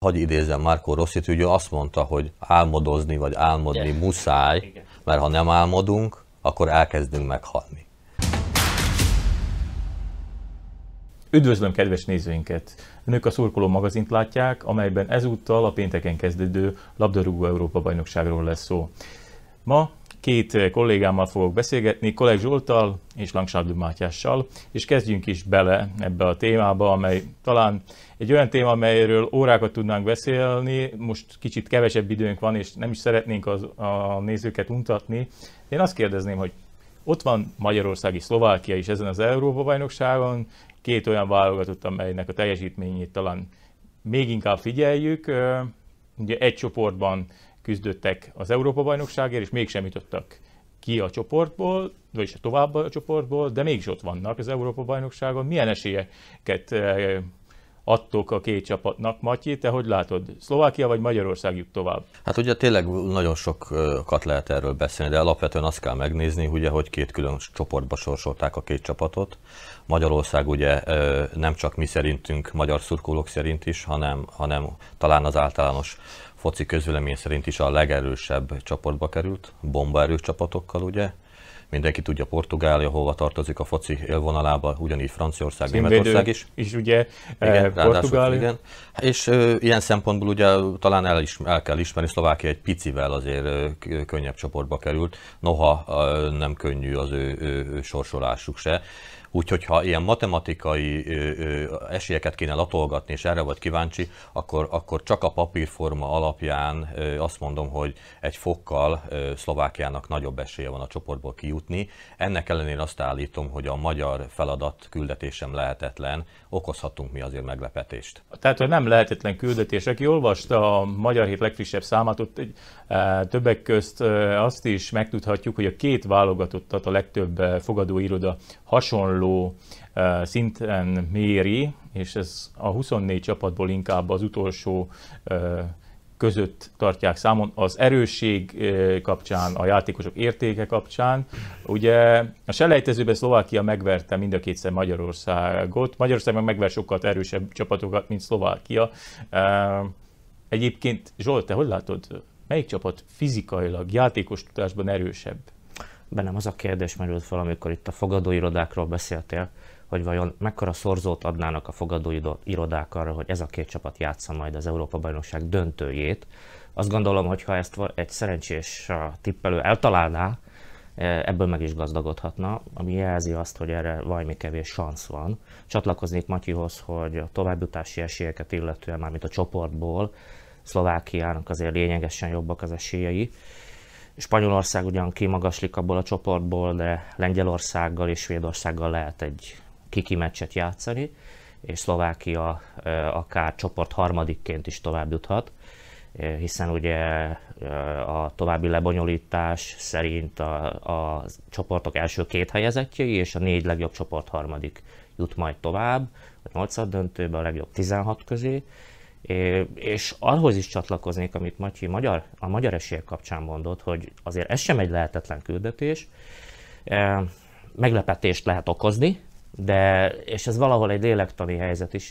Hadd idézem Marco Rossit, ugye azt mondta, hogy álmodozni vagy álmodni muszáj, mert ha nem álmodunk, akkor elkezdünk meghalni. Üdvözlöm kedves nézőinket! Önök a Szurkoló magazint látják, amelyben ezúttal a pénteken kezdődő labdarúgó Európa-bajnokságról lesz szó. Ma két kollégámmal fogok beszélgetni, Kolek Zsolttal és Langsárdú Mátyással, és kezdjünk is bele ebbe a témába, amely talán egy olyan téma, amelyről órákat tudnánk beszélni, most kicsit kevesebb időnk van, és nem is szeretnénk a nézőket untatni. Én azt kérdezném, hogy ott van Magyarország és Szlovákia is ezen az Európa-bajnokságon, két olyan válogatott, amelynek a teljesítményét talán még inkább figyeljük. Ugye egy csoportban küzdöttek az Európa-bajnokságért, és mégsem jutottak ki a csoportból, vagyis tovább a csoportból, de mégis ott vannak az Európa-bajnokságon. Milyen esélyeket adtok a két csapatnak? Matyi, te hogy látod? Szlovákia vagy Magyarország jut tovább? Hát ugye tényleg nagyon sokat lehet erről beszélni, de alapvetően azt kell megnézni, ugye, hogy két külön csoportba sorsolták a két csapatot. Magyarország ugye nem csak mi szerintünk, magyar szurkolók szerint is, hanem talán az általános foci közvélemény szerint is a legerősebb csoportba került, bombaerős csapatokkal, ugye. Mindenki tudja, Portugália hova tartozik a foci élvonalába, ugyanígy Franciaország, Németország is. És ugye igen, Portugália. Igen. És ilyen szempontból ugye talán el kell ismerni, Szlovákia egy picivel azért könnyebb csoportba került, noha nem könnyű az ő sorsolásuk se. Úgyhogy ha ilyen matematikai esélyeket kéne latolgatni, és erre vagy kíváncsi, akkor csak a papírforma alapján azt mondom, hogy egy fokkal Szlovákiának nagyobb esélye van a csoportból kijutni. Ennek ellenére azt állítom, hogy a magyar feladat küldetésem lehetetlen, okozhatunk mi azért meglepetést. Tehát, hogy nem lehetetlen küldetés. Aki olvasta a Magyar Hét legfrissebb számát, ott többek közt azt is megtudhatjuk, hogy a két válogatottat a legtöbb fogadóiroda hasonló szinten méri, és ez a 24 csapatból inkább az utolsó között tartják számon az erősség kapcsán, a játékosok értéke kapcsán. Ugye a selejtezőben Szlovákia megverte mind a kétszer Magyarországot, Magyarország meg megver sokkal erősebb csapatokat, mint Szlovákia. Egyébként Zsolt, te hogy látod, melyik csapat fizikailag, játékos tudásban erősebb? Bennem az a kérdés merült fel, amikor itt a fogadóirodákról beszéltél, hogy vajon mekkora szorzót adnának a fogadóirodák arra, hogy ez a két csapat játsza majd az Európa-bajnokság döntőjét. Azt gondolom, hogy ha ezt egy szerencsés tippelő eltalálná, ebből meg is gazdagodhatna, ami jelzi azt, hogy erre valami kevés szansz van. Csatlakoznék Matyihoz, hogy a továbbjutási esélyeket illetően, mármint a csoportból, Szlovákiának azért lényegesen jobbak az esélyei. Spanyolország ugyan kimagaslik abból a csoportból, de Lengyelországgal és Svédországgal lehet egy kiki meccset játszani, és Szlovákia akár csoport harmadikként is tovább juthat, hiszen ugye a további lebonyolítás szerint a csoportok első két helyezettjei és a 4 legjobb csoport harmadik jut majd tovább, a 8. döntőbe a legjobb 16 közé, és ahhoz is csatlakoznék, amit Matyi a magyar esélyek kapcsán mondott, hogy azért ez sem egy lehetetlen küldetés. Meglepetést lehet okozni, és ez valahol egy lélektani helyzet is,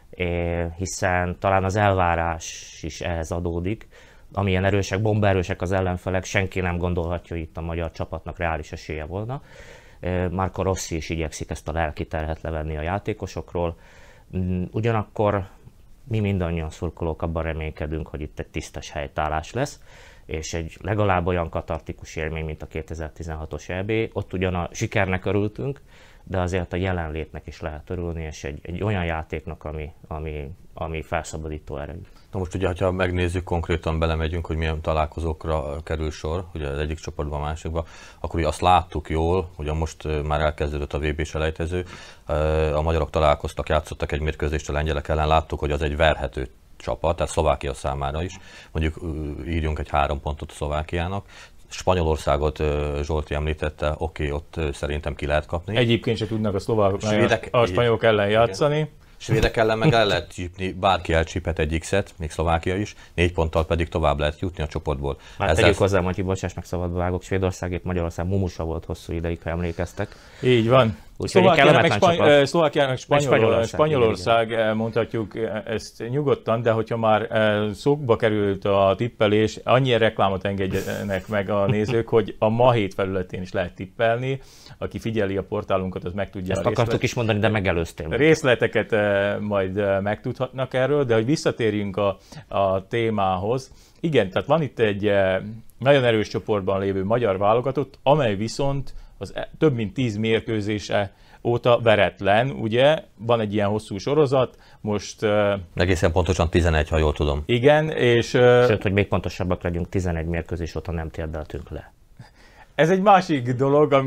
hiszen talán az elvárás is ehhez adódik. Amilyen erősek, bombaerősek az ellenfelek, senki nem gondolhatja, hogy itt a magyar csapatnak reális esélye volna. Marco Rossi is igyekszik ezt a lelki terhet levenni a játékosokról. Ugyanakkor mi mindannyian szurkolók abban reménykedünk, hogy itt egy tisztes helytállás lesz, és egy legalább olyan katartikus élmény, mint a 2016-os EB. Ott ugyan a sikernek örültünk, de azért a jelenlétnek is lehet örülni, és egy olyan játéknak, ami felszabadító erejű. Na most ugye, ha megnézzük, konkrétan belemegyünk, hogy milyen találkozókra kerül sor, ugye az egyik csoportban, a másikban, akkor ugye azt láttuk jól, hogy most már elkezdődött a VB selejtező, a magyarok találkoztak, játszottak egy mérkőzést a lengyelek ellen, láttuk, hogy az egy verhető csapat, tehát Szlovákia számára is, mondjuk írjunk egy 3 pontot a Szlovákiának. Spanyolországot Zsolti említette, oké, ott szerintem ki lehet kapni. Egyébként se tudnak a spanyolok ellen játszani. Igen. Svédek ellen meg el lehet csípni, bárki elcsíphet egy X-et, még Szlovákia is, 4 ponttal pedig tovább lehet jutni a csoportból. Már tegyük hozzá, hogy bocsáss meg, szabadba vágok, Svédország, Magyarország mumusa volt hosszú ideig, ha emlékeztek. Így van. Szlovákiának Spanyolország, mondhatjuk ezt nyugodtan, de hogyha már szóba került a tippelés, annyi reklámot engedjenek meg a nézők, hogy a Ma Hét felületén is lehet tippelni. Aki figyeli a portálunkat, az meg tudja. Ezt akartuk is mondani, de megelőztél. Részleteket majd megtudhatnak erről, de hogy visszatérjünk a témához. Igen, tehát van itt egy nagyon erős csoportban lévő magyar válogatott, amely viszont az több mint 10 mérkőzése óta veretlen, ugye? Van egy ilyen hosszú sorozat, most... Egészen pontosan 11, ha jól tudom. Igen, és... Sőt, hogy még pontosabbak legyünk, 11 mérkőzés óta nem térdeltünk le. Ez egy másik dolog,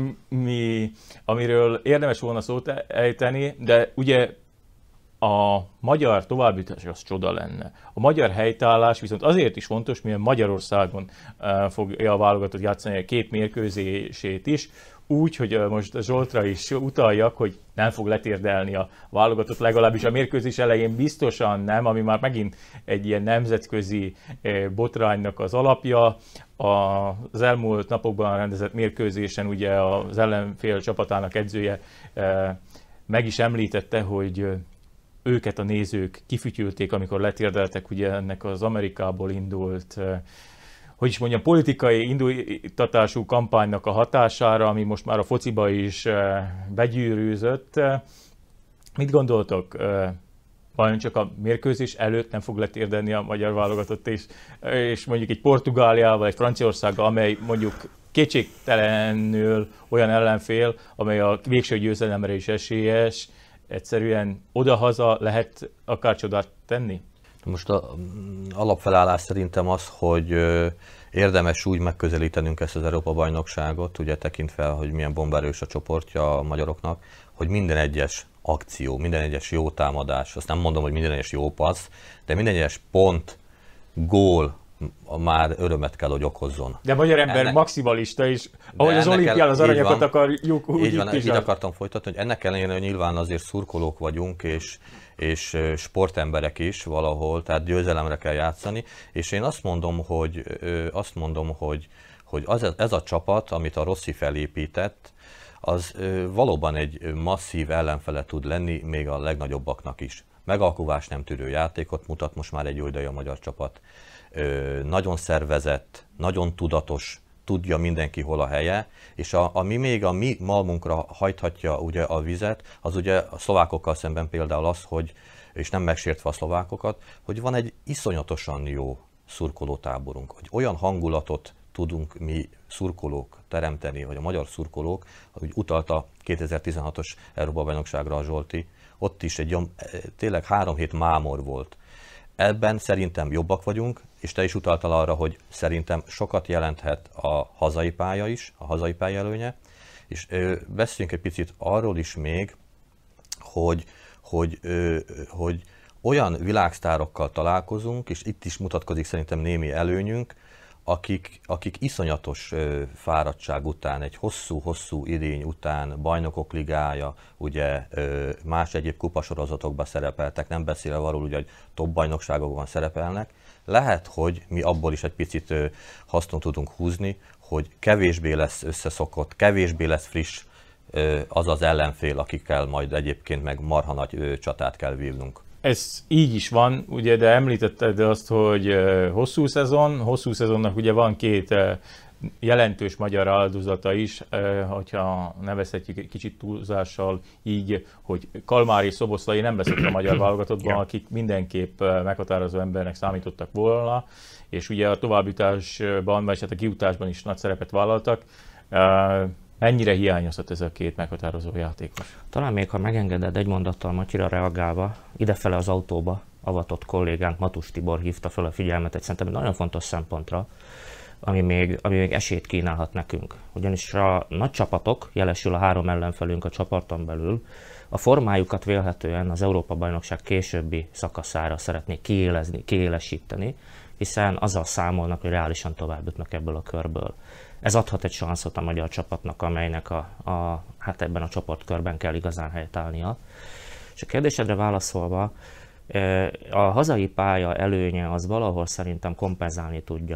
amiről érdemes volna szót ejteni, de ugye a magyar továbbjutás az csoda lenne. A magyar helytállás viszont azért is fontos, mivel Magyarországon fogja a válogatott játszani a 2 mérkőzését is, úgy, hogy most Zsoltra is utaljak, hogy nem fog letérdelni a válogatott, legalábbis a mérkőzés elején biztosan nem, ami már megint egy ilyen nemzetközi botránynak az alapja. Az elmúlt napokban rendezett mérkőzésen ugye az ellenfél csapatának edzője meg is említette, hogy őket a nézők kifütyülték, amikor letérdeltek ugye ennek az Amerikából indult, hogy is mondjam, politikai indítatású kampánynak a hatására, ami most már a fociba is begyűrűzött. Mit gondoltok? Vajon csak a mérkőzés előtt nem fog letérdelni a magyar válogatott, és mondjuk egy Portugáliával, egy Franciaországgal, amely mondjuk kétségtelenül olyan ellenfél, amely a végső győzelemre is esélyes, egyszerűen oda-haza lehet akár csodát tenni? Most az alapfelállás szerintem az, hogy érdemes úgy megközelítenünk ezt az Európa-bajnokságot, ugye tekintve, hogy milyen bombaerős a csoportja a magyaroknak, hogy minden egyes akció, minden egyes jó támadás, azt nem mondom, hogy minden egyes jó passz, de minden egyes pont, gól már örömet kell, hogy okozzon. De a magyar ember maximalista is, ahogy az olimpián az aranyakat akarjuk, úgy így van, így akartam folytatni, hogy ennek ellenére, hogy nyilván azért szurkolók vagyunk, és sportemberek is valahol, tehát győzelemre kell játszani, és én azt mondom, hogy ez a csapat, amit a Rossi felépített, az valóban egy masszív ellenfele tud lenni, még a legnagyobbaknak is. Megalkuvás nem tűrő játékot mutat most már egy jó ideje a magyar csapat. Nagyon szervezett, nagyon tudatos, tudja mindenki hol a helye, és ami még a mi malmunkra hajthatja ugye a vizet, az ugye a szlovákokkal szemben például az, hogy, és nem megsértve a szlovákokat, hogy van egy iszonyatosan jó szurkolótáborunk, hogy olyan hangulatot tudunk mi szurkolók teremteni, vagy a magyar szurkolók, ahogy utalta 2016-os Európa-bajnokságra a Zsolti, ott is tényleg 3 hét mámor volt. Ebben szerintem jobbak vagyunk, és te is utaltál arra, hogy szerintem sokat jelenthet a hazai pálya is, a hazai pálya előnye, és beszéljünk egy picit arról is még, hogy olyan világsztárokkal találkozunk, és itt is mutatkozik szerintem némi előnyünk, akik iszonyatos fáradtság után, egy hosszú-hosszú idény után, bajnokok ligája, ugye más egyéb kupasorozatokban szerepeltek, nem beszélve arról, ugye, hogy top bajnokságokban szerepelnek. Lehet, hogy mi abból is egy picit hasznot tudunk húzni, hogy kevésbé lesz összeszokott, kevésbé lesz friss az az ellenfél, akikkel majd egyébként meg marha nagy csatát kell vívnunk. Ez így is van, ugye, de említetted azt, hogy hosszú szezonnak ugye van 2 jelentős magyar áldozata is, hogyha nevezhetjük egy kicsit túlzással így, hogy Kalmár és Szoboszlai nem veszett a magyar válogatottban, akik mindenképp meghatározó embernek számítottak volna, és ugye a továbbjutásban, vagy hát a kijutásban is nagy szerepet vállaltak. Mennyire hiányozhat ez a 2 meghatározó játékos? Talán még, ha megengeded, egy mondattal Matyira reagálva, idefele az autóba avatott kollégánk Matus Tibor hívta fel a figyelmet egy szerintem nagyon fontos szempontra, ami még esélyt kínálhat nekünk. Ugyanis a nagy csapatok, jelesül a 3 ellenfelünk a csapaton belül, a formájukat vélhetően az Európa-bajnokság későbbi szakaszára szeretnék kiélesíteni, hiszen azzal számolnak, hogy reálisan tovább jutnak ebből a körből. Ez adhat egy sanszot a magyar csapatnak, amelynek hát ebben a csoportkörben kell igazán helytállnia. És a kérdésedre válaszolva, a hazai pálya előnye az valahol szerintem kompenzálni tudja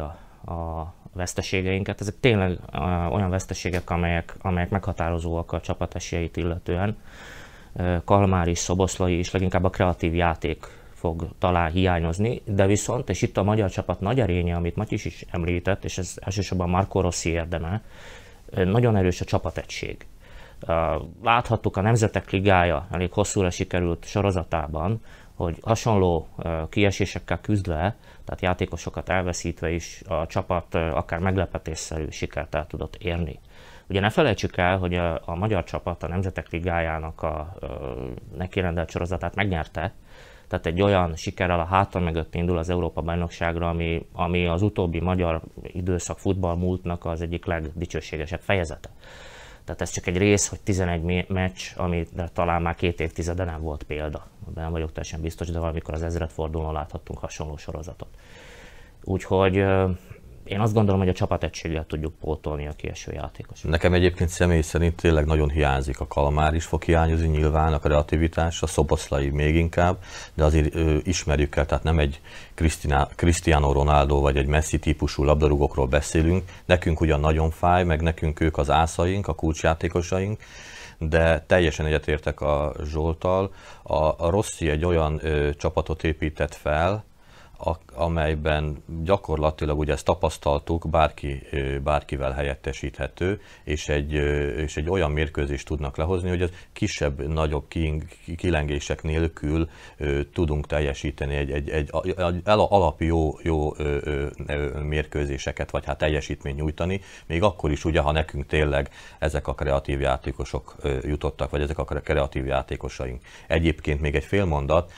a veszteségeinket. Ezek tényleg olyan veszteségek, amelyek meghatározóak a csapat esélyeit illetően. Kalmár is, Szoboszlai is, leginkább a kreatív játék fog talán hiányozni, de viszont, és itt a magyar csapat nagy erénye, amit Matyis is említett, és ez elsősorban Marco Rossi érdeme, nagyon erős a csapategység. Láthattuk a Nemzetek Ligája elég hosszúra sikerült sorozatában, hogy hasonló kiesésekkel küzdve, tehát játékosokat elveszítve is a csapat akár meglepetésszerű sikert el tudott érni. Ugye ne felejtsük el, hogy a magyar csapat a Nemzetek Ligájának a nekirendelt sorozatát megnyerte, tehát egy olyan sikerrel a háta mögött indul az Európa-bajnokságra, ami az utóbbi magyar időszak futballmúltnak az egyik legdicsőségesebb fejezete. Tehát ez csak egy rész, hogy 11 meccs, amire talán már 2 évtizede nem volt példa. Nem vagyok teljesen biztos, de valamikor az ezredfordulón láthattunk hasonló sorozatot. Úgyhogy én azt gondolom, hogy a csapategységgel tudjuk pótolni a kieső játékosokat. Nekem egyébként személy szerint tényleg nagyon hiányzik. A Kalmár is fog hiányozni nyilván, a kreativitás, a Szoboszlai még inkább, de azért ismerjük el, tehát nem egy Cristiano Ronaldo vagy egy Messi típusú labdarúgókról beszélünk. Nekünk ugyan nagyon fáj, meg nekünk ők az ászaink, a kulcsjátékosaink, de teljesen egyetértek a Zsolttal. A Rossi egy olyan csapatot épített fel, amelyben gyakorlatilag, ugye ezt tapasztaltuk, bárkivel helyettesíthető, és egy olyan mérkőzést tudnak lehozni, hogy az kisebb-nagyobb kilengések nélkül tudunk teljesíteni egy alap jó mérkőzéseket, vagy hát teljesítményt nyújtani, még akkor is, ugye, ha nekünk tényleg ezek a kreatív játékosok jutottak, vagy ezek a kreatív játékosaink. Egyébként még egy fél mondat,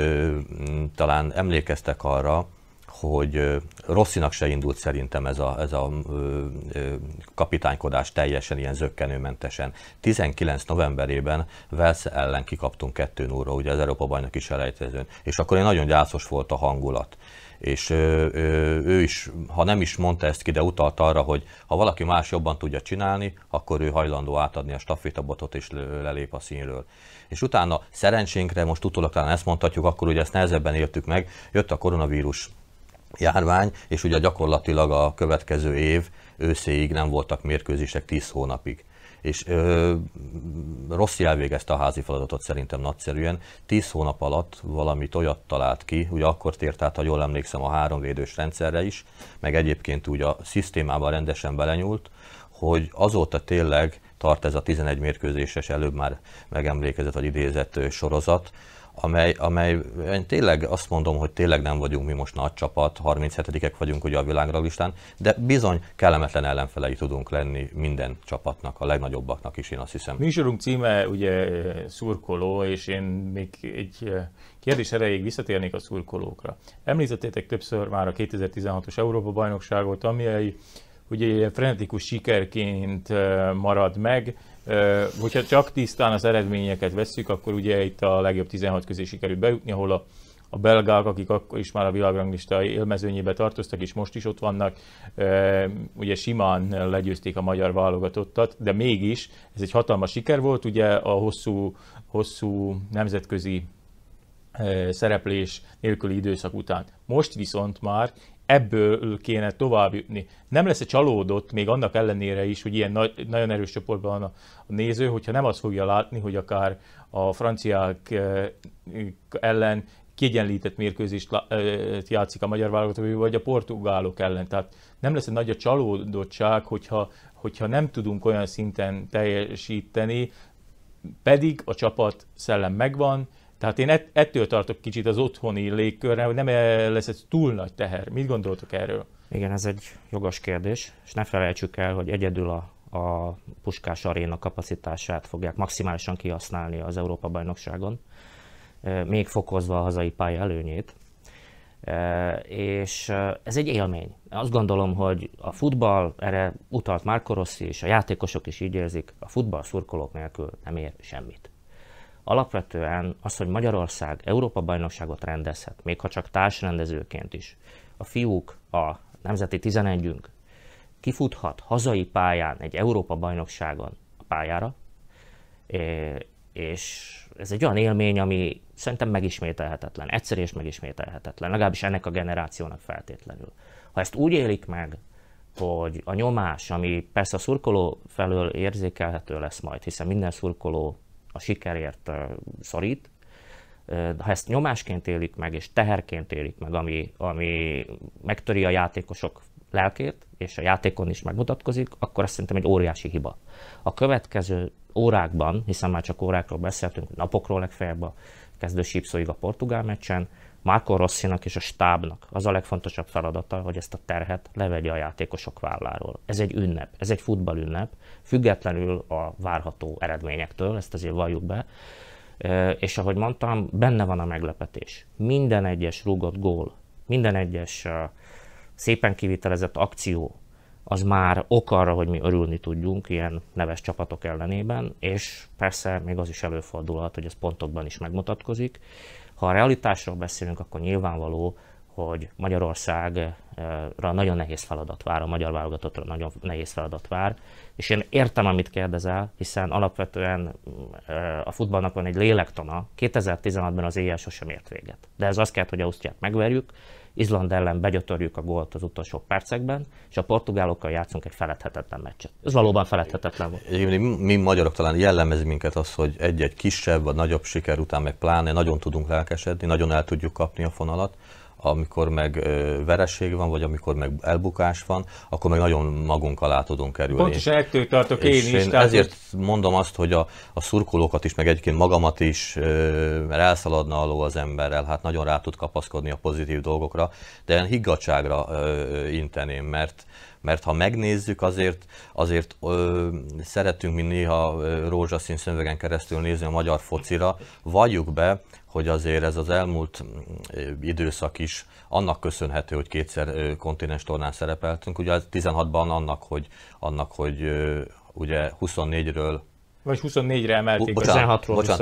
talán emlékeztek arra, hogy Rossinak se indult szerintem ez a kapitánykodás teljesen ilyen zökkenőmentesen. 19 novemberében Velsz ellen kikaptunk 2-0-ra, ugye az Európa-bajnoki selejtezőn, és akkor nagyon gyászos volt a hangulat. És ő is, ha nem is mondta ezt ki, de utalt arra, hogy ha valaki más jobban tudja csinálni, akkor ő hajlandó átadni a stafétabotot és lelép a színről. És utána szerencsénkre, most utólag talán ezt mondhatjuk, akkor ugye ezt nehezebben éltük meg, jött a koronavírus járvány, és ugye gyakorlatilag a következő év őszéig nem voltak mérkőzések 10 hónapig. És Rossi elvégezte a házi feladatot szerintem nagyszerűen. 10 hónap alatt valamit olyat talált ki, ugye akkor tért át, ha jól emlékszem, a 3 védős rendszerre is, meg egyébként úgy a szisztémában rendesen belenyúlt, hogy azóta tényleg tart ez a 11 mérkőzéses, előbb már megemlékezett vagy idézett sorozat, amely tényleg azt mondom, hogy tényleg nem vagyunk mi most nagy csapat, 37-ek vagyunk ugye a világranglistán, de bizony kellemetlen ellenfelei tudunk lenni minden csapatnak, a legnagyobbaknak is, én azt hiszem. Műsorunk címe ugye szurkoló, és én még egy kérdés erejéig visszatérnék a szurkolókra. Említettétek többször már a 2016-os Európa-bajnokságot, amely ugye frenetikus sikerként marad meg. Hogyha csak tisztán az eredményeket vesszük, akkor ugye itt a legjobb 16 közé sikerült bejutni, ahol a belgák, akik akkor is már a világranglista élmezőnyébe tartoztak, és most is ott vannak, ugye simán legyőzték a magyar válogatottat, de mégis ez egy hatalmas siker volt, ugye a hosszú nemzetközi szereplés nélküli időszak után. Most viszont már ebből kéne tovább jutni. Nem lesz csalódott, még annak ellenére is, hogy ilyen nagyon erős csoportban van a néző, hogyha nem azt fogja látni, hogy akár a franciák ellen kiegyenlített mérkőzést játszik a magyar válogatott, vagy a portugálok ellen. Tehát nem lesz egy nagy a csalódottság, hogyha nem tudunk olyan szinten teljesíteni, pedig a csapat szellem megvan. Tehát én ettől tartok kicsit az otthoni légkörre, hogy nem lesz ez túl nagy teher. Mit gondoltok erről? Igen, ez egy jogos kérdés, és ne felejtsük el, hogy egyedül a Puskás Aréna kapacitását fogják maximálisan kihasználni az Európa-bajnokságon, még fokozva a hazai pálya előnyét. És ez egy élmény. Azt gondolom, hogy a futball, erre utalt Marco Rossi, és a játékosok is így érzik, a futball szurkolók nélkül nem ér semmit. Alapvetően az, hogy Magyarország Európa-bajnokságot rendezhet, még ha csak társrendezőként is, a fiúk, a nemzeti 11-ünk kifuthat hazai pályán egy Európa-bajnokságon a pályára, és ez egy olyan élmény, ami szerintem megismételhetetlen, egyszer és megismételhetetlen, legalábbis ennek a generációnak feltétlenül. Ha ezt úgy élik meg, hogy a nyomás, ami persze a szurkoló felől érzékelhető lesz majd, hiszen minden szurkoló a sikerért szorít, ha ezt nyomásként élik meg, és teherként élik meg, ami megtöri a játékosok lelkét, és a játékon is megmutatkozik, akkor azt szerintem egy óriási hiba. A következő órákban, hiszen már csak órákról beszéltünk, napokról legfeljebb a kezdő sípszóig a portugál meccsen, Marco Rossinak és a stábnak az a legfontosabb feladata, hogy ezt a terhet levegye a játékosok válláról. Ez egy ünnep, ez egy futballünnep, függetlenül a várható eredményektől, ezt azért valljuk be. És ahogy mondtam, benne van a meglepetés. Minden egyes rúgott gól, minden egyes szépen kivitelezett akció, az már ok arra, hogy mi örülni tudjunk ilyen neves csapatok ellenében, és persze még az is előfordulhat, hogy ez pontokban is megmutatkozik. Ha a realitásról beszélünk, akkor nyilvánvaló, hogy Magyarországra nagyon nehéz feladat vár, a magyar válogatottra nagyon nehéz feladat vár, és én értem, amit kérdezel, hiszen alapvetően a futballnak van egy lélektana, 2016-ban az éjjel sosem ért véget. De ez azt kell, hogy Ausztriát megverjük, Izland ellen begyötörjük a gólt az utolsó percekben, és a portugálokkal játszunk egy feledhetetlen meccset. Ez valóban feledhetetlen volt. Mi magyarok talán jellemez minket az, hogy egy-egy kisebb vagy nagyobb siker után meg pláne nagyon tudunk lelkesedni, nagyon el tudjuk kapni a fonalat. Amikor meg vereség van, vagy amikor meg elbukás van, akkor meg nagyon magunk alá tudunk kerülni. Pontosan ettől tartok én is. Ezért mondom azt, hogy a szurkolókat is, meg egyébként magamat is, mert elszaladna alól az emberrel, hát nagyon rá tud kapaszkodni a pozitív dolgokra, de ilyen higgadtságra inteném, mert ha megnézzük, azért szeretünk mi néha rózsaszín szemüvegen keresztül nézni a magyar focira, valljuk be, hogy azért ez az elmúlt időszak is annak köszönhető, hogy kétszer kontinens tornán szerepeltünk. Ugye 16-ban annak, hogy ugye 24-ről vagy 24-re emelték. Bocsánat,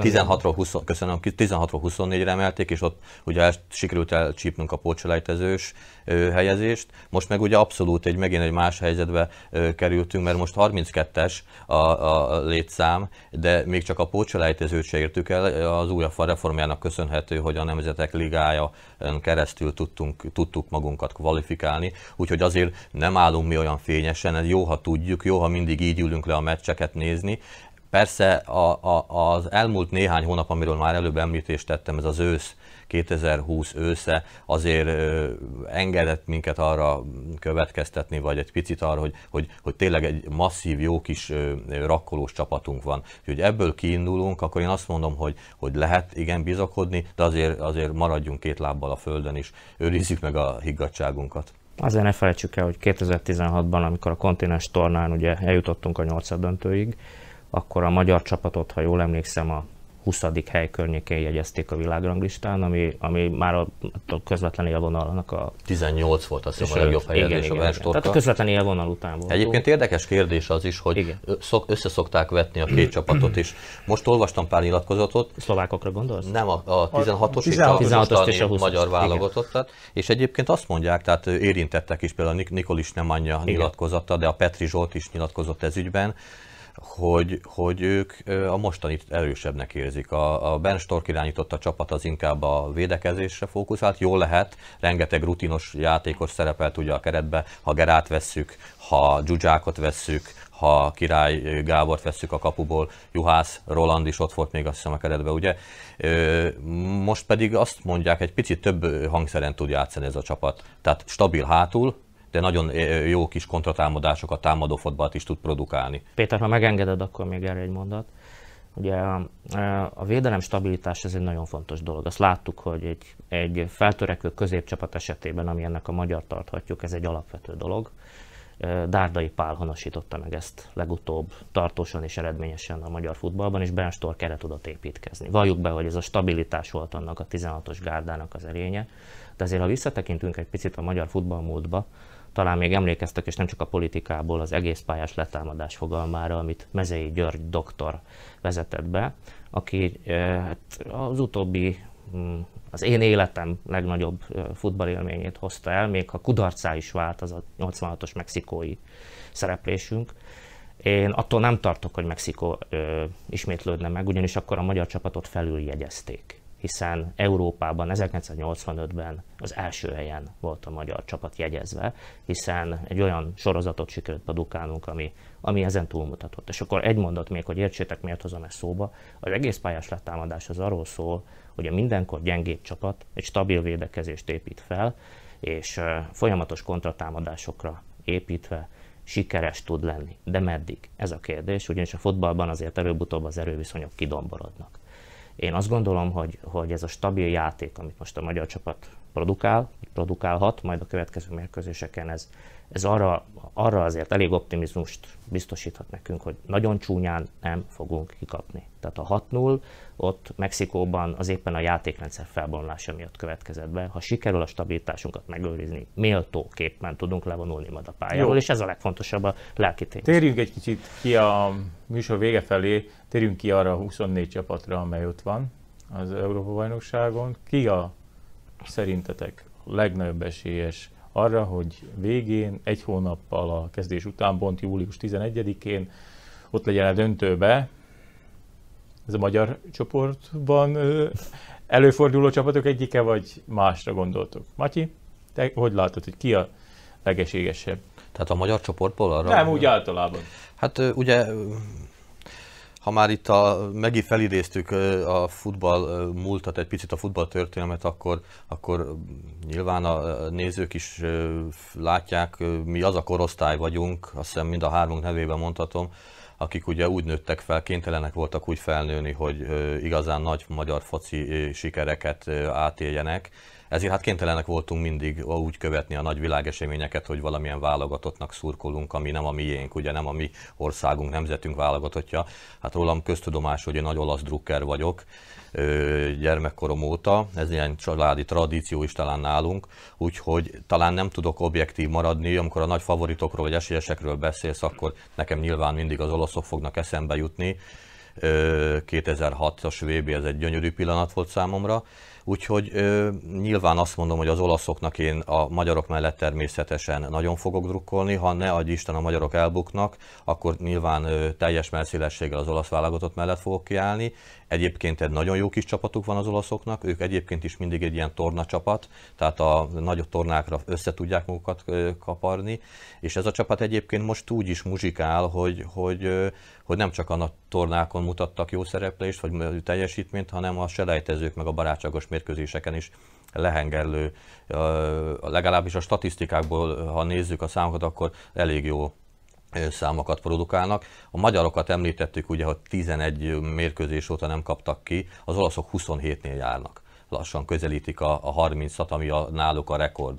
16-ról 24-re emelték, és ott ugye sikerült elcsípnünk a pótselejtezős helyezést. Most meg ugye abszolút megint egy más helyzetbe kerültünk, mert most 32-es a létszám, de még csak a pótselejtezőt se értük el. Az UEFA reformjának köszönhető, hogy a Nemzetek Ligája keresztül tudtuk magunkat kvalifikálni. Úgyhogy azért nem állunk mi olyan fényesen, ez jó, ha tudjuk, jó, ha mindig így ülünk le a meccseket nézni. Persze az elmúlt néhány hónap, amiről már előbb említést tettem, ez az ősz, 2020 ősze azért engedett minket arra következtetni, vagy egy picit arra, hogy tényleg egy masszív, jó kis rakkolós csapatunk van. Úgyhogy ebből kiindulunk, akkor én azt mondom, hogy lehet igen bizakodni, de azért maradjunk két lábbal a földön is, őrizzük meg a higgadtságunkat. Azért ne felejtsük el, hogy 2016-ban, amikor a kontinens tornán ugye eljutottunk a 8-döntőig, akkor a magyar csapatot, ha jól emlékszem, a 20. hely környékén jegyezték a világranglistán, ami már a közvetlen élvonalnak a... 18 volt azt hiszem a legjobb helyezés a Berntorka. Tehát a közvetlen élvonal után volt. Egyébként érdekes kérdés az is, hogy összeszokták vetni a két csapatot is. Most olvastam pár nyilatkozatot. Szlovákokra gondolsz? Nem, a 16-os és a magyar válogatottat. És egyébként azt mondják, tehát érintettek is, például Nikolis Nemanja nyilatkozata, de a Petri Zsolt is nyilatkozott ez ügyben, hogy ők a mostanit erősebbnek érzik. A Bernd Stork irányította csapat az inkább a védekezésre fókuszált. Jól lehet, rengeteg rutinos játékos szerepelt ugye a keretbe, ha Gerát vesszük, ha Zsuzsákot vesszük, ha Király Gábort vesszük a kapuból, Juhász, Roland is ott volt még azt hiszem a keretben, ugye. Most pedig azt mondják, egy picit több hangszeren tud játszani ez a csapat. Tehát stabil hátul, de nagyon jó kis kontratámadásokat, támadó fotballt is tud produkálni. Péter, ha megengeded, akkor még erre egy mondat. Ugye a védelem stabilitás ez egy nagyon fontos dolog. Azt láttuk, hogy egy feltörekvő középcsapat esetében, ami ennek a magyar tarthatjuk, ez egy alapvető dolog. Dárdai Pál honosította meg ezt legutóbb tartósan és eredményesen a magyar futballban, és Bernd Stork erre tudott építkezni. Valljuk be, hogy ez a stabilitás volt annak a 16-os gárdának az erénye, de azért ha visszatekintünk egy picit a magyar futballmúltba, talán még emlékeztek, és nem csak a politikából, az egész pályás letámadás fogalmára, amit Mezei György doktor vezetett be, aki az utóbbi, az én életem legnagyobb futballélményét hozta el, még ha kudarcá is vált az a 86-os mexikói szereplésünk. Én attól nem tartok, hogy Mexikó ismétlődne meg, ugyanis akkor a magyar csapatot felüljegyezték. hiszen Európában 1985-ben az első helyen volt a magyar csapat jegyezve, hiszen egy olyan sorozatot sikerült produkálnunk, ami ezen túlmutatott. És akkor egy mondat még, hogy értsétek, miért hozom ezt szóba. Az egész pályás letámadás az arról szól, hogy a mindenkor gyengébb csapat egy stabil védekezést épít fel, és folyamatos kontratámadásokra építve sikeres tud lenni. De meddig? Ez a kérdés, ugyanis a futballban azért előbb-utóbb az erőviszonyok kidomborodnak. Én azt gondolom, hogy ez a stabil játék, amit most a magyar csapat produkálhat, majd a következő mérkőzéseken, ez arra azért elég optimizmust biztosíthat nekünk, hogy nagyon csúnyán nem fogunk kikapni. Tehát a 6-0 ott Mexikóban az éppen a játékrendszer felbomlása miatt következett be. Ha sikerül a stabilitásunkat megőrizni, méltóképpen tudunk levonulni majd a pályáról, és ez a legfontosabb a lelki tényező. Térjünk egy kicsit ki a műsor vége felé, térjünk ki arra a 24 csapatra, amely ott van az Európa-bajnokságon. Ki a szerintetek legnagyobb esélyes arra, hogy végén, egy hónappal a kezdés után, pont július 11-én ott legyen a döntőbe? Ez a magyar csoportban előforduló csapatok egyike, vagy másra gondoltok? Matyi, te hogy látod, hogy ki a legesélyesebb? Tehát a magyar csoportból arra? Nem, úgy általában. Hát ugye, ha már itt megint felidéztük a futball múltat, egy picit a futball történelmet, akkor nyilván a nézők is látják, mi az a korosztály vagyunk, azt hiszem mind a hármunk nevében mondhatom, akik ugye úgy nőttek fel, kénytelenek voltak úgy felnőni, hogy igazán nagy magyar foci sikereket átéljenek. Ezért hát kénytelenek voltunk mindig úgy követni a nagy világeseményeket, hogy valamilyen válogatottnak szurkolunk, ami nem a miénk, ugye nem a mi országunk, nemzetünk válogatottja. Hát rólam köztudomás, hogy én nagy olasz drukker vagyok gyermekkorom óta, ez ilyen családi tradíció is talán nálunk, úgyhogy talán nem tudok objektív maradni, amikor a nagy favoritokról vagy esélyesekről beszélsz, akkor nekem nyilván mindig az olaszok fognak eszembe jutni. 2006-as VB, ez egy gyönyörű pillanat volt számomra, úgyhogy nyilván azt mondom, hogy az olaszoknak én a magyarok mellett természetesen nagyon fogok drukkolni, ha ne adj Isten a magyarok elbuknak, akkor nyilván teljes mellszélességgel az olasz válogatott mellett fogok kiállni. Egyébként egy nagyon jó kis csapatuk van az olaszoknak, ők egyébként is mindig egy ilyen tornacsapat, tehát a nagyobb tornákra össze tudják magukat kaparni, és ez a csapat egyébként most úgy is muzsikál, hogy nem csak a nagy tornákon mutattak jó szereplést vagy teljesítményt, hanem a selejtezők meg a barátságos mérkőzéseken is lehengerlő, legalábbis a statisztikákból, ha nézzük a számokat, akkor elég jó számokat produkálnak. A magyarokat említettük, ugye, hogy 11 mérkőzés óta nem kaptak ki, az olaszok 27-nél járnak. Lassan közelítik a 30-at, ami náluk a rekord.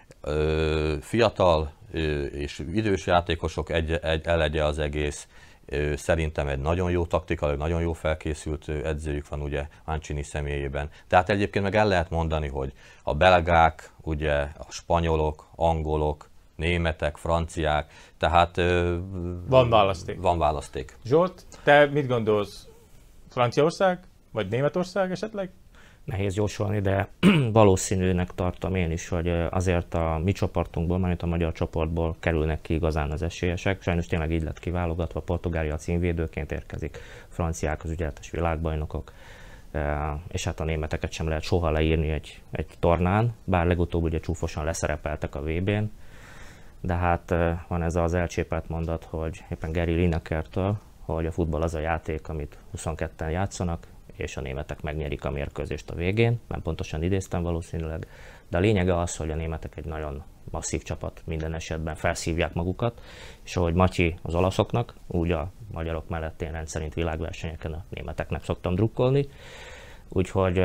Fiatal és idős játékosok elegye az egész. Szerintem egy nagyon jó taktikailag, nagyon jó felkészült edzőjük van ugye Mancini személyében. Tehát egyébként meg el lehet mondani, hogy a belgák, ugye a spanyolok, angolok, németek, franciák, tehát van választék. Van választék. Zsolt, te mit gondolsz? Franciaország? Vagy Németország esetleg? Nehéz jósolni, de valószínűnek tartom én is, hogy azért a mi csoportunkból, mármint a magyar csoportból kerülnek ki igazán az esélyesek. Sajnos tényleg így lett kiválogatva, Portugália címvédőként érkezik, franciák az ügyeletes világbajnokok, és hát a németeket sem lehet soha leírni egy tornán, bár legutóbb ugye csúfosan leszerepeltek a VB-n, de hát van ez az elcsépelt mondat, hogy éppen Gary Linekertől, hogy a futball az a játék, amit 22-en játszanak, és a németek megnyerik a mérkőzést a végén, nem pontosan idéztem valószínűleg, de a lényege az, hogy a németek egy nagyon masszív csapat, minden esetben felszívják magukat, és ahogy Matyi az olaszoknak, úgy a magyarok mellett én rendszerint világversenyeken a németeknek szoktam drukkolni, úgyhogy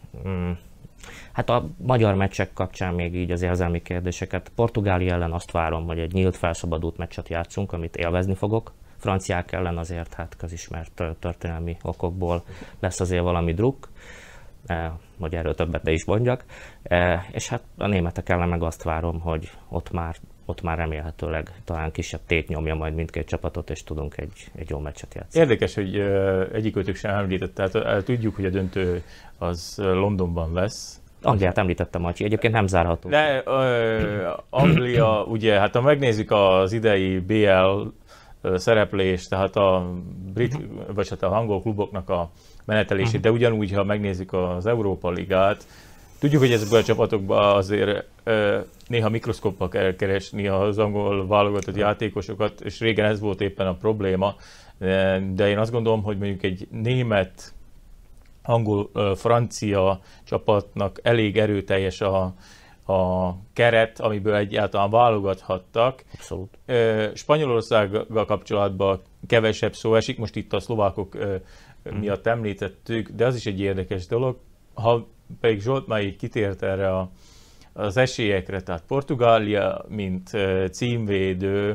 hát a magyar meccsek kapcsán még így az érzelmi kérdéseket. Portugália ellen azt várom, hogy egy nyílt, felszabadult meccset játszunk, amit élvezni fogok. Franciák ellen azért hát közismert történelmi okokból lesz azért valami drukk, hogy erről többet ne is mondjak, és hát a németek ellen meg azt várom, hogy ott már remélhetőleg talán kisebb tét nyomja majd mindkét csapatot, és tudunk egy jó meccset játszani. Érdekes, hogy egyikőtük sem említett, tehát tudjuk, hogy a döntő az Londonban lesz. Angliát említettem, Matyi, egyébként nem zárható. De Anglia, ugye, hát ha megnézzük az idei BL szereplés, tehát a brit, vagy hát a angol kluboknak a menetelését, de ugyanúgy, ha megnézzük az Európa Ligát, tudjuk, hogy ezekben a csapatokban azért néha mikroszkoppal kell keresni az angol válogatott játékosokat, és régen ez volt éppen a probléma, de én azt gondolom, hogy mondjuk egy német, angol, francia csapatnak elég erőteljes a keret, amiből egyáltalán válogathattak. Abszolút. Spanyolországgal kapcsolatban kevesebb szó esik, most itt a szlovákok miatt említettük, de az is egy érdekes dolog. Ha pedig Zsolt már így kitért erre az esélyekre, tehát Portugália, mint címvédő,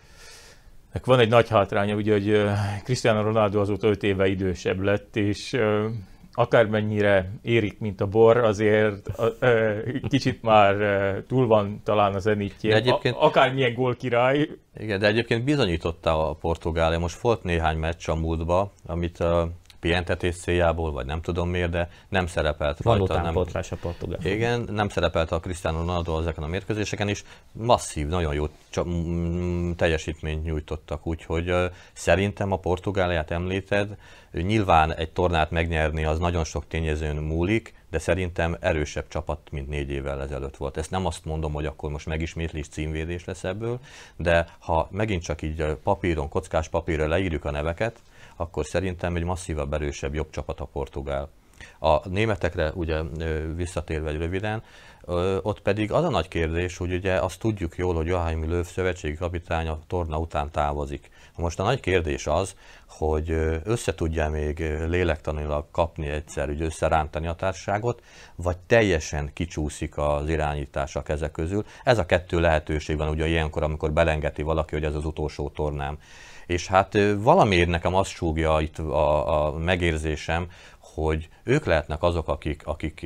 van egy nagy hátránya, ugye, hogy Cristiano Ronaldo azóta 5 éve idősebb lett, és akármennyire érik, mint a bor, azért kicsit már túl van talán a zenitjén, akármilyen gólkirály. Igen, de egyébként bizonyította a Portugália. Most volt néhány meccs a múltba, amit pihentetés céljából, vagy nem tudom miért, de nem szerepelt van rajta. Van utánpótlás a Portugál. Igen, nem szerepelt a Cristiano Ronaldo ezeken a mérkőzéseken is. Masszív, nagyon jó teljesítményt nyújtottak, úgyhogy szerintem a Portugáliát említed. Nyilván egy tornát megnyerni az nagyon sok tényezőn múlik, de szerintem erősebb csapat, mint 4 évvel ezelőtt volt. Ezt nem azt mondom, hogy akkor most megismétlés, címvédés lesz ebből, de ha megint csak így papíron, kockás papírra leírjuk a neveket, akkor szerintem egy masszívabb, erősebb, jobb csapat a portugál. A németekre ugye visszatérve röviden, ott pedig az a nagy kérdés, hogy ugye azt tudjuk jól, hogy Joachim Löw szövetségi kapitány a torna után távozik. Most a nagy kérdés az, hogy össze tudja még lélektanilag kapni egyszer, hogy összerántani a társaságot, vagy teljesen kicsúszik az irányítás a kezek közül. Ez a 2 lehetőség van ugye ilyenkor, amikor belengeti valaki, hogy ez az utolsó tornám. És hát valamiért nekem azt súgja itt a megérzésem, hogy ők lehetnek azok, akik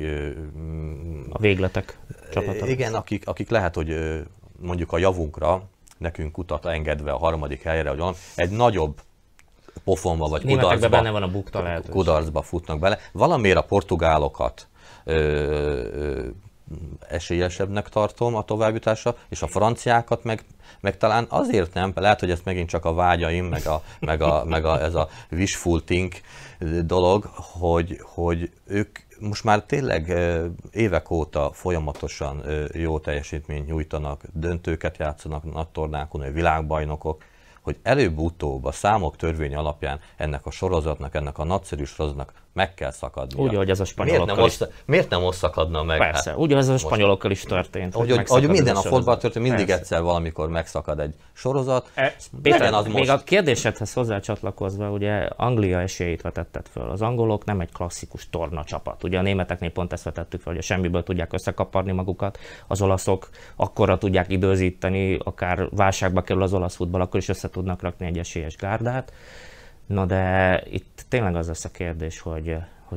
a végletek csapata. Igen, akik lehet, hogy mondjuk a javunkra nekünk utat engedve a 3. helyre, hogy egy nagyobb pofonba vagy benne van a bukta lehetőség. Kudarcba futnak bele. Valamiért a portugálokat esélyesebbnek tartom a továbbjutásra, és a franciákat meg talán azért nem, lehet, hogy ezt megint csak a vágyaim, ez a wishful think dolog, hogy ők most már tényleg évek óta folyamatosan jó teljesítményt nyújtanak, döntőket játszanak nagy tornákon, világbajnokok, hogy előbb-utóbb a számok törvény alapján ennek a sorozatnak, ennek a nagyszerű sorozatnak meg kell szakadnia. Úgy, hogy ez a spanyolokkal miért nem most szakadna meg? Persze, hát, úgy, ez a spanyolokkal is történt. Hogy minden a fotball történt, mindig egyszer valamikor megszakad egy sorozat. Péter, az még a kérdésedhez hozzácsatlakozva, ugye Anglia esélyét vetetted föl. Az angolok nem egy klasszikus torna csapat. Ugye a németeknél pont ezt vetettük fel, hogy a semmiből tudják összekaparni magukat. Az olaszok akkorra tudják időzíteni, akár válságba kerül az olasz futball, akkor is össze tudnak rakni egy esélyes gárdát. Na de itt tényleg az lesz a kérdés, hogy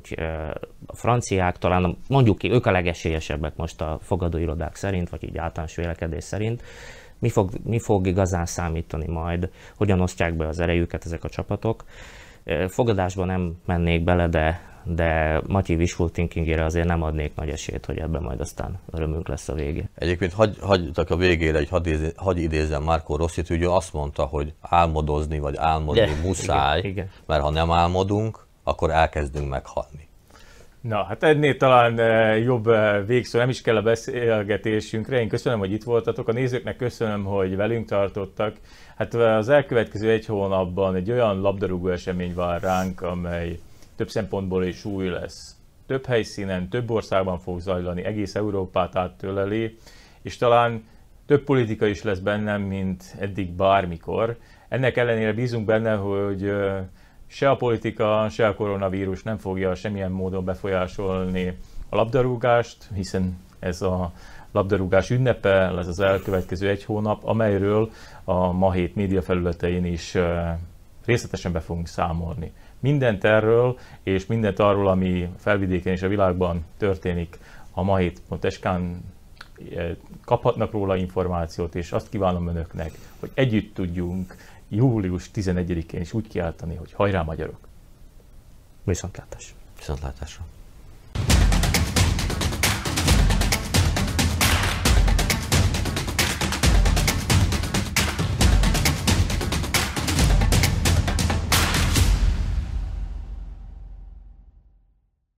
a franciák talán mondjuk ki, ők a legesélyesebbek most a fogadóirodák szerint, vagy így általános vélekedés szerint. Mi fog igazán számítani majd, hogyan osztják be az erejüket ezek a csapatok. Fogadásba nem mennék bele, de Matyi wishful thinkingére azért nem adnék nagy esélyt, hogy ebben majd aztán örömünk lesz a végén. Egyébként hagytak a végére, hadd idézzem Marco Rossit, hogy ő azt mondta, hogy álmodozni vagy álmodni muszáj, igen. Mert ha nem álmodunk, akkor elkezdünk meghalni. Na, hát ennél talán jobb végszó nem is kell a beszélgetésünkre. Én köszönöm, hogy itt voltatok. A nézőknek köszönöm, hogy velünk tartottak. Hát az elkövetkező 1 hónapban egy olyan labdarúgó esemény vár ránk, amely több szempontból is új lesz. Több helyszínen, több országban fog zajlani, egész Európát áttöleli, és talán több politika is lesz bennem, mint eddig bármikor. Ennek ellenére bízunk benne, hogy se a politika, se a koronavírus nem fogja semmilyen módon befolyásolni a labdarúgást, hiszen ez a labdarúgás ünnepe lesz az elkövetkező 1 hónap, amelyről a Ma Hét média felületein is részletesen be fogunk számolni. Mindent erről, és mindent arról, ami felvidéken és a világban történik, a mahét.sk-n kaphatnak róla információt, és azt kívánom önöknek, hogy együtt tudjunk július 11-én is úgy kiáltani, hogy hajrá magyarok! Viszontlátásra! Viszontlátásra!